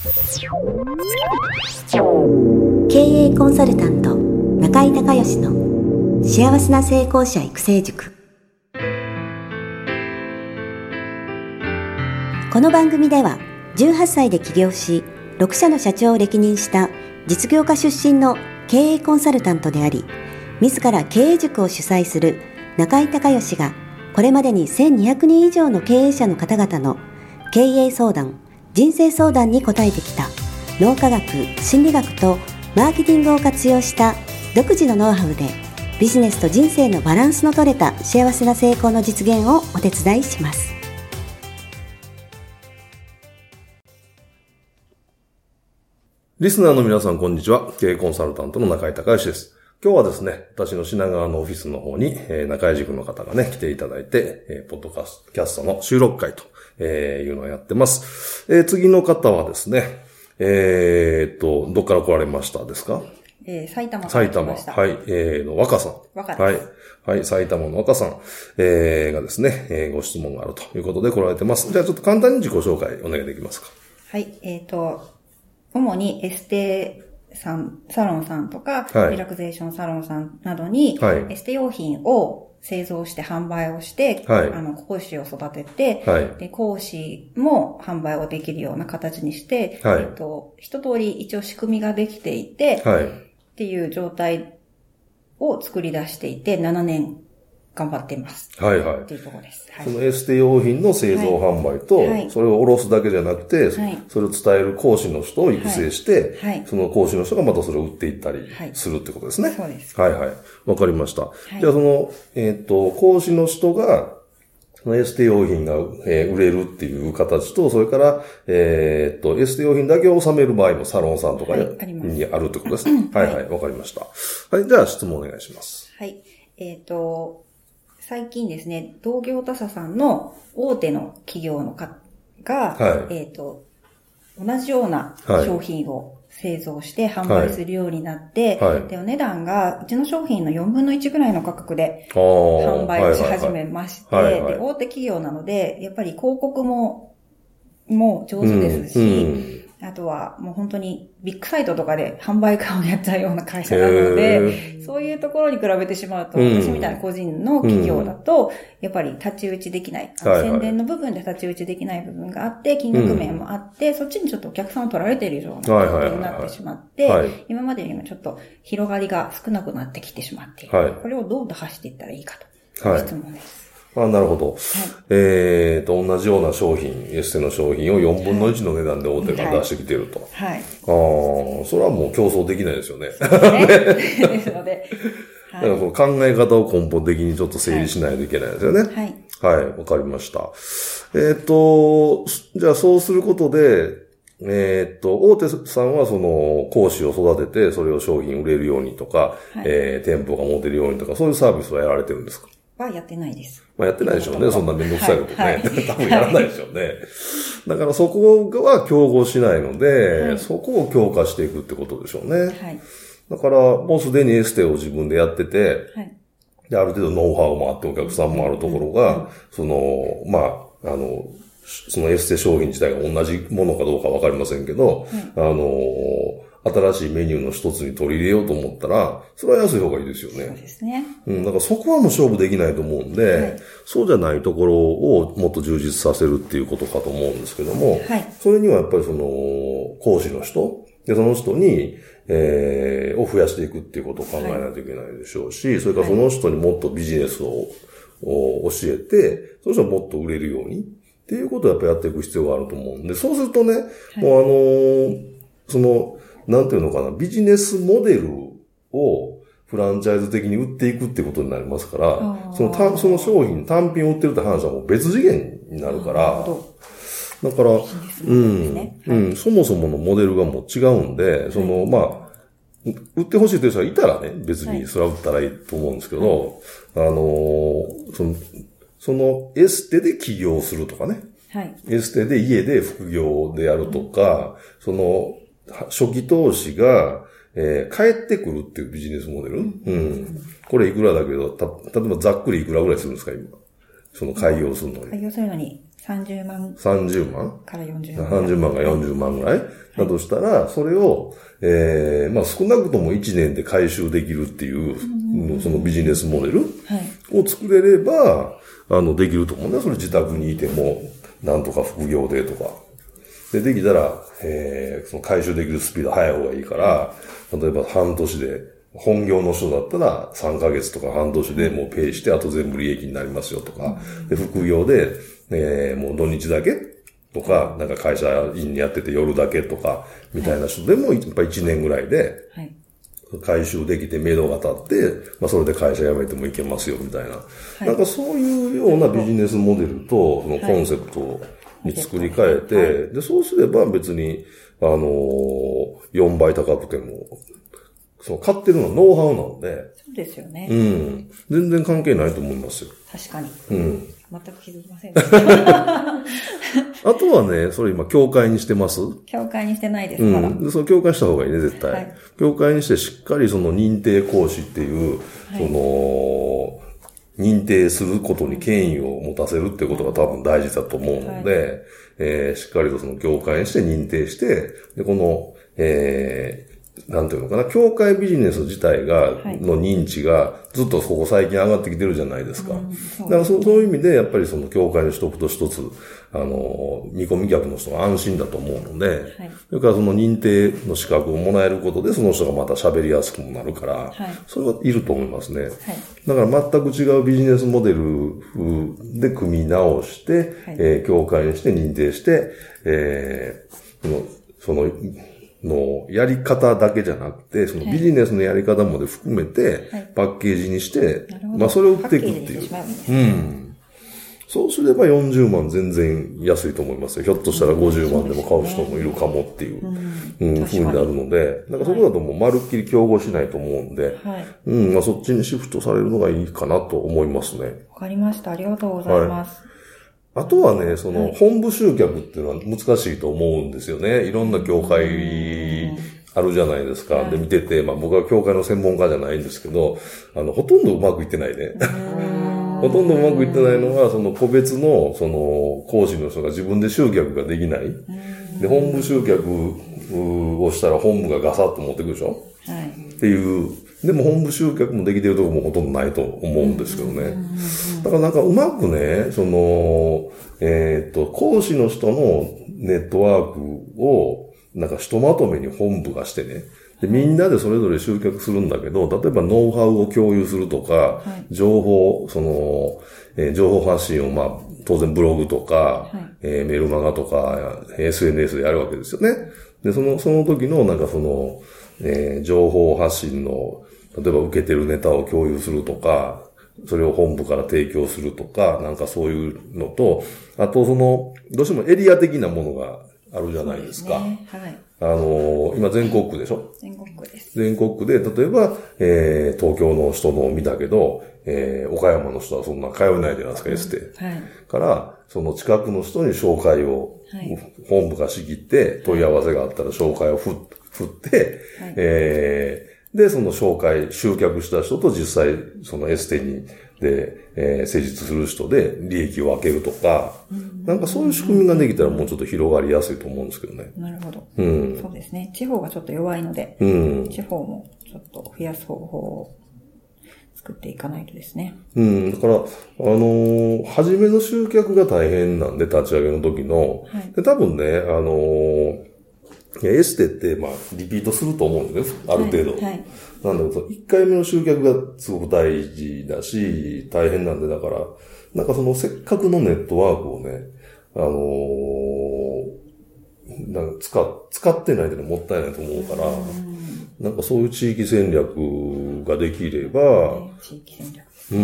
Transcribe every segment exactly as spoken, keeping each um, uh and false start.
経営コンサルタント中井孝義の幸せな成功者育成塾。この番組ではじゅうはっさいで起業しろくしゃの社長を歴任した実業家出身の経営コンサルタントであり、自ら経営塾を主催する中井孝義がこれまでにせんにひゃくにん以上の経営者の方々の経営相談、人生相談に応えてきた脳科学、心理学とマーケティングを活用した独自のノウハウでビジネスと人生のバランスの取れた幸せな成功の実現をお手伝いします。 リスナーの皆さん、こんにちは。経営コンサルタントの中井孝義です。今日はですね、私の品川のオフィスの方に、えー、中井塾の方がね、来ていただいて、えー、ポッドキャストの収録会と、えー、いうのをやってます。えー、次の方はですね、えー、っと、どっから来られましたですか？ えー、埼玉から来ました。 埼玉。はい。えー、の若さん。 若です。 はい。はい。埼玉の若さん、えー、がですね、えー、ご質問があるということで来られてます。じゃあちょっと簡単に自己紹介お願いできますか？ はい。えっと、主にエステさん、サロンさんとか、 はい、 リラクゼーションサロンさんなどに、 はい、 エステ用品を製造して販売をして、はい、あの、講師を育てて、はい、で、講師も販売をできるような形にして、はい、えっと、一通り一応仕組みができていて、はい、っていう状態を作り出していて、ななねん頑張っています。 はいはい。 っていうところです。はい、 そのエステ用品の製造販売と、はい、それを卸すだけじゃなくて、はい、それを伝える講師の人を育成して、はいはい、その講師の人がまたそれを売っていったりするってことですね。はい、 そうです。 はいはい。わかりました。はい、じゃあその、えっと、講師の人が、そのエステ用品が、えー、売れるっていう形と、それから、えー、っと、エステ用品だけを収める場合もサロンさんとかに、はい、あります。にあるってことですね。はいはい、わかりました。はい、じゃあ質問お願いします。 はい。えっと、最近ですね、同業他社さんの大手の企業の方が、はい、えっと、同じような商品を製造して販売するようになって、はいはい、で、お値段がうちの商品のよんぶんのいちぐらいの価格で販売をし始めまして、はいはいはい、で、大手企業なので、やっぱり広告も、もう上手ですし、うんうんあとはもう本当にビッグサイトとかで販売会をやったような会社なので、そういうところに比べてしまうと、私みたいな個人の企業だと、やっぱり太刀打ちできない、あの宣伝の部分で太刀打ちできない部分があって、金額面もあって、そっちにちょっとお客さんを取られているような状態になってしまって、今までよりもちょっと広がりが少なくなってきてしまっている。これをどう打破していったらいいかという質問です。 あ、なるほど。はい、えーと、同じような商品、エステの商品をよんぶんのいちの値段で大手が出してきていると。はい。はい、ああ、それはもう競争できないですよね。 そうですね。ですので。 はい、だからその考え方を根本的にちょっと整理しないといけないですよね。はい。はい、わかりました。えーと、じゃあそうすることで、えー、っと、大手さんはその講師を育てて、それを商品売れるようにとか、はい、えー、店舗が持てるようにとか、そういうサービスはやられてるんですか？ はやってないです。 まあやってないでしょうね。そんなめんどくさいことね。はいはい、多分やらないでしょうね。はい、だからそこは競合しないので、はい、そこを強化していくってことでしょうね。はい、だからもうすでにエステを自分でやってて、はい、である程度ノウハウもあってお客さんもあるところが、はい、その、まあ、あの、そのエステ商品自体が同じものかどうかわかりませんけど、はい、あの、新しいメニューの一つに取り入れようと思ったら、それは安い方がいいですよね。 そうですね。 うん、だからそこはもう勝負できないと思うんで、はい、そうじゃないところをもっと充実させるっていうことかと思うんですけども、はい、それにはやっぱりその、講師の人、で、その人に、えー、を増やしていくっていうことを考えないといけないでしょうし、はい、それからその人にもっとビジネスを、を教えて、その人はもっと売れるようにっていうことをやっぱりやっていく必要があると思うんで、そうするとね、はい、もうあのー、その、なんていうのかな、ビジネスモデルをフランチャイズ的に売っていくってことになりますから、その単、その商品、単品を売ってるって話はもう別次元になるから、だから、うん、うん、そもそものモデルがもう違うんで、その、まあ、売ってほしいという人がいたらね、別にそれは売ったらいいと思うんですけど、はい、あのー、その、そのエステで起業するとかね、はい、エステで家で副業でやるとか、うん、その、初期投資が、えー、返ってくるっていうビジネスモデル、うん、うん。これいくらだけど、た、例えばざっくりいくらぐらいするんですか、今。その開業するのに。 開業するのにさんじゅうまん。 さんじゅうまんからよんじゅうまん。 さんじゅうまんがよんじゅうまんぐらい、はい、だとしたら、それを、ええー、まあ少なくともいちねんで回収できるっていう、うん、そのビジネスモデルを作れれば、あの、できると思うんだよ。それ自宅にいても、なんとか副業でとか。で、できたら、ええー、その回収できるスピード速い方がいいから、例えば半年で、本業の人だったらさんかげつとか半年でもうペイして、あと全部利益になりますよとか。で、副業で、ええー、もう土日だけとか、なんか会社員やってて夜だけとか、みたいな人でも、やっぱいちねんぐらいで、回収できて、目処が立って、まあそれで会社辞めてもいけますよ、みたいな。はい、なんかそういうようなビジネスモデルと、そのコンセプトに作り変えて、はい、で、そうすれば別に、あのー、よんばい高くても、その買ってるのはノウハウなので。 そうですよね。 うん。全然関係ないと思いますよ。 確かに。 うん。 全く気づきませんでした。 あとはね、それ今、協会にしてます？ 協会にしてないです、 うん。 まだ。 で、その協会した方がいいね、絶対。はい、協会にしてしっかりその認定講師っていう、はい、その、認定することに権威を持たせるっていうことが多分大事だと思うので、はい、えー、しっかりとその協会にして認定して、で、この、えー、なんていうのかな、協会ビジネス自体が、の認知がずっとここ最近上がってきてるじゃないですか。うん、そうですね。だからそういう意味で、やっぱりその協会にしとくと一つ、あの、見込み客の人が安心だと思うので、はい、それからその認定の資格をもらえることで、その人がまた喋りやすくもなるから、はい、それはいると思いますね。はい、だから全く違うビジネスモデルで組み直して、はい、えー、協会にして認定して、えー、その、その、のやり方だけじゃなくて、そのビジネスのやり方まで含めて、パッケージにして、はい、まあそれを売っていくっていう。うん。そうすればよんじゅうまん全然安いと思いますよ。ひょっとしたらごじゅうまんでも買う人もいるかもっていう、うん、うん、風になるので、なんかそこだともうまるっきり競合しないと思うんで、はい、うん、まあそっちにシフトされるのがいいかなと思いますね。 わかりました。ありがとうございます。 はい、あとはね、その、本部集客っていうのは難しいと思うんですよね。いろんな業界あるじゃないですか。はい、で、見てて、まあ僕は業界の専門家じゃないんですけど、あの、ほとんどうまくいってないね。ほとんどうまくいってないのは、その個別の、その、講師の人が自分で集客ができない。で、本部集客をしたら本部がガサッと持ってくるでしょ。はい、っていう、でも本部集客もできてるところもほとんどないと思うんですけどね。だからなんかうまくね、その、えっと、講師の人のネットワークを、なんかひとまとめに本部がしてね。で、みんなでそれぞれ集客するんだけど、例えばノウハウを共有するとか、はい、情報、その、えー、情報発信をまあ、当然ブログとか、はい、えー、メルマガとか、エスエヌエス でやるわけですよね。で、その、その時のなんかその、えー、情報発信の、例えば受けてるネタを共有するとか、それを本部から提供するとか、なんかそういうのと、あとその、どうしてもエリア的なものがあるじゃないですか。そうですね。はい。あの、今全国区でしょ？ 全国区です。 全国区で、例えば、えー、東京の人の見たけど、えー、岡山の人はそんな通えないじゃないですか、エステ。はい。から、その近くの人に紹介を、はい、本部が仕切って、問い合わせがあったら紹介を振って、はい、えー、で、その紹介、集客した人と実際、そのエステに、で、えー、施術する人で利益を分けるとか、うん、なんかそういう仕組みができたらもうちょっと広がりやすいと思うんですけどね。 なるほど。 うん。 そうですね。地方がちょっと弱いので、うん、地方もちょっと増やす方法を作っていかないとですね。 うん。だから、あのー、初めの集客が大変なんで、立ち上げの時の。はい、で、多分ね、あのー、エステって、まあ、リピートすると思うんですね。ある程度。はい。はい、なんだけど、一回目の集客がすごく大事だし、大変なんで、だから、なんかそのせっかくのネットワークをね、あのー、なんか使、使ってないってのはもったいないと思うから、なんかそういう地域戦略ができれば、 地域戦略。 うん。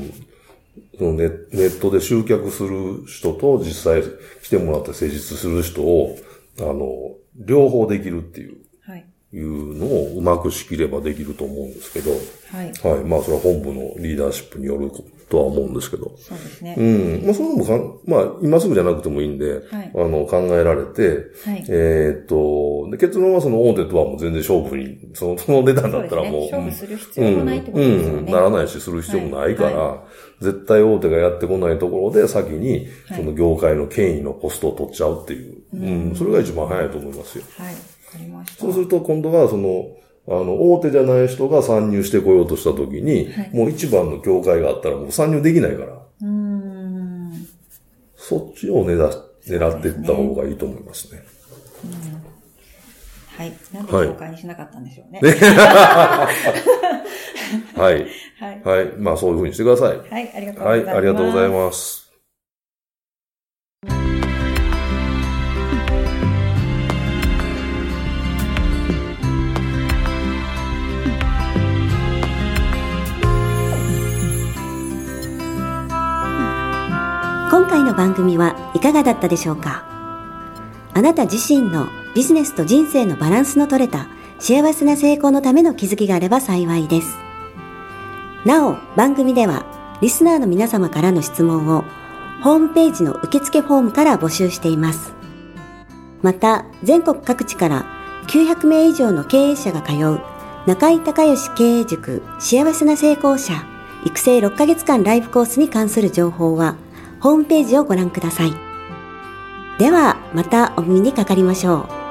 そのネ、ネットで集客する人と実際来てもらって施術する人を、あの、両方できるっていう、はい。いうのをうまく仕切ればできると思うんですけど、はい。はい。まあ、それは本部のリーダーシップによるとは思うんですけど。 そうですね。 うん。まあ、そういうのもかん、まあ、今すぐじゃなくてもいいんで、はい、あの、考えられて、はい、えー、っと、で、結論はその大手とはもう全然勝負に、その、その値段だったらもう、うね、 勝負する必要もないってことですよね。うん、うん、 ならないし、する必要もないから、はい、絶対大手がやってこないところで先に、その業界の権威のポストを取っちゃうっていう。うん、うん、それが一番早いと思いますよ。 はい。わかりました。 そうすると今度はその、あの、大手じゃない人が参入してこようとしたときに、はい、もう一番の業界があったらもう参入できないから。うーん、そっちを狙狙っていった方がいいと思いますね。 うん、はい。なんで業界にしなかったんでしょうね。 はい。はい。はい。まあそういうふうにしてください。 はい。ありがとうございます。 はい。ありがとうございます。 今回の番組はいかがだったでしょうか。あなた自身のビジネスと人生のバランスの取れた幸せな成功のための気づきがあれば幸いです。なお、番組ではリスナーの皆様からの質問をホームページの受付フォームから募集しています。また、全国各地からきゅうひゃくめい以上の経営者が通う中井孝義経営塾幸せな成功者育成ろっかげつかんライブコースに関する情報はホームページをご覧ください。ではまたお耳にかかりましょう。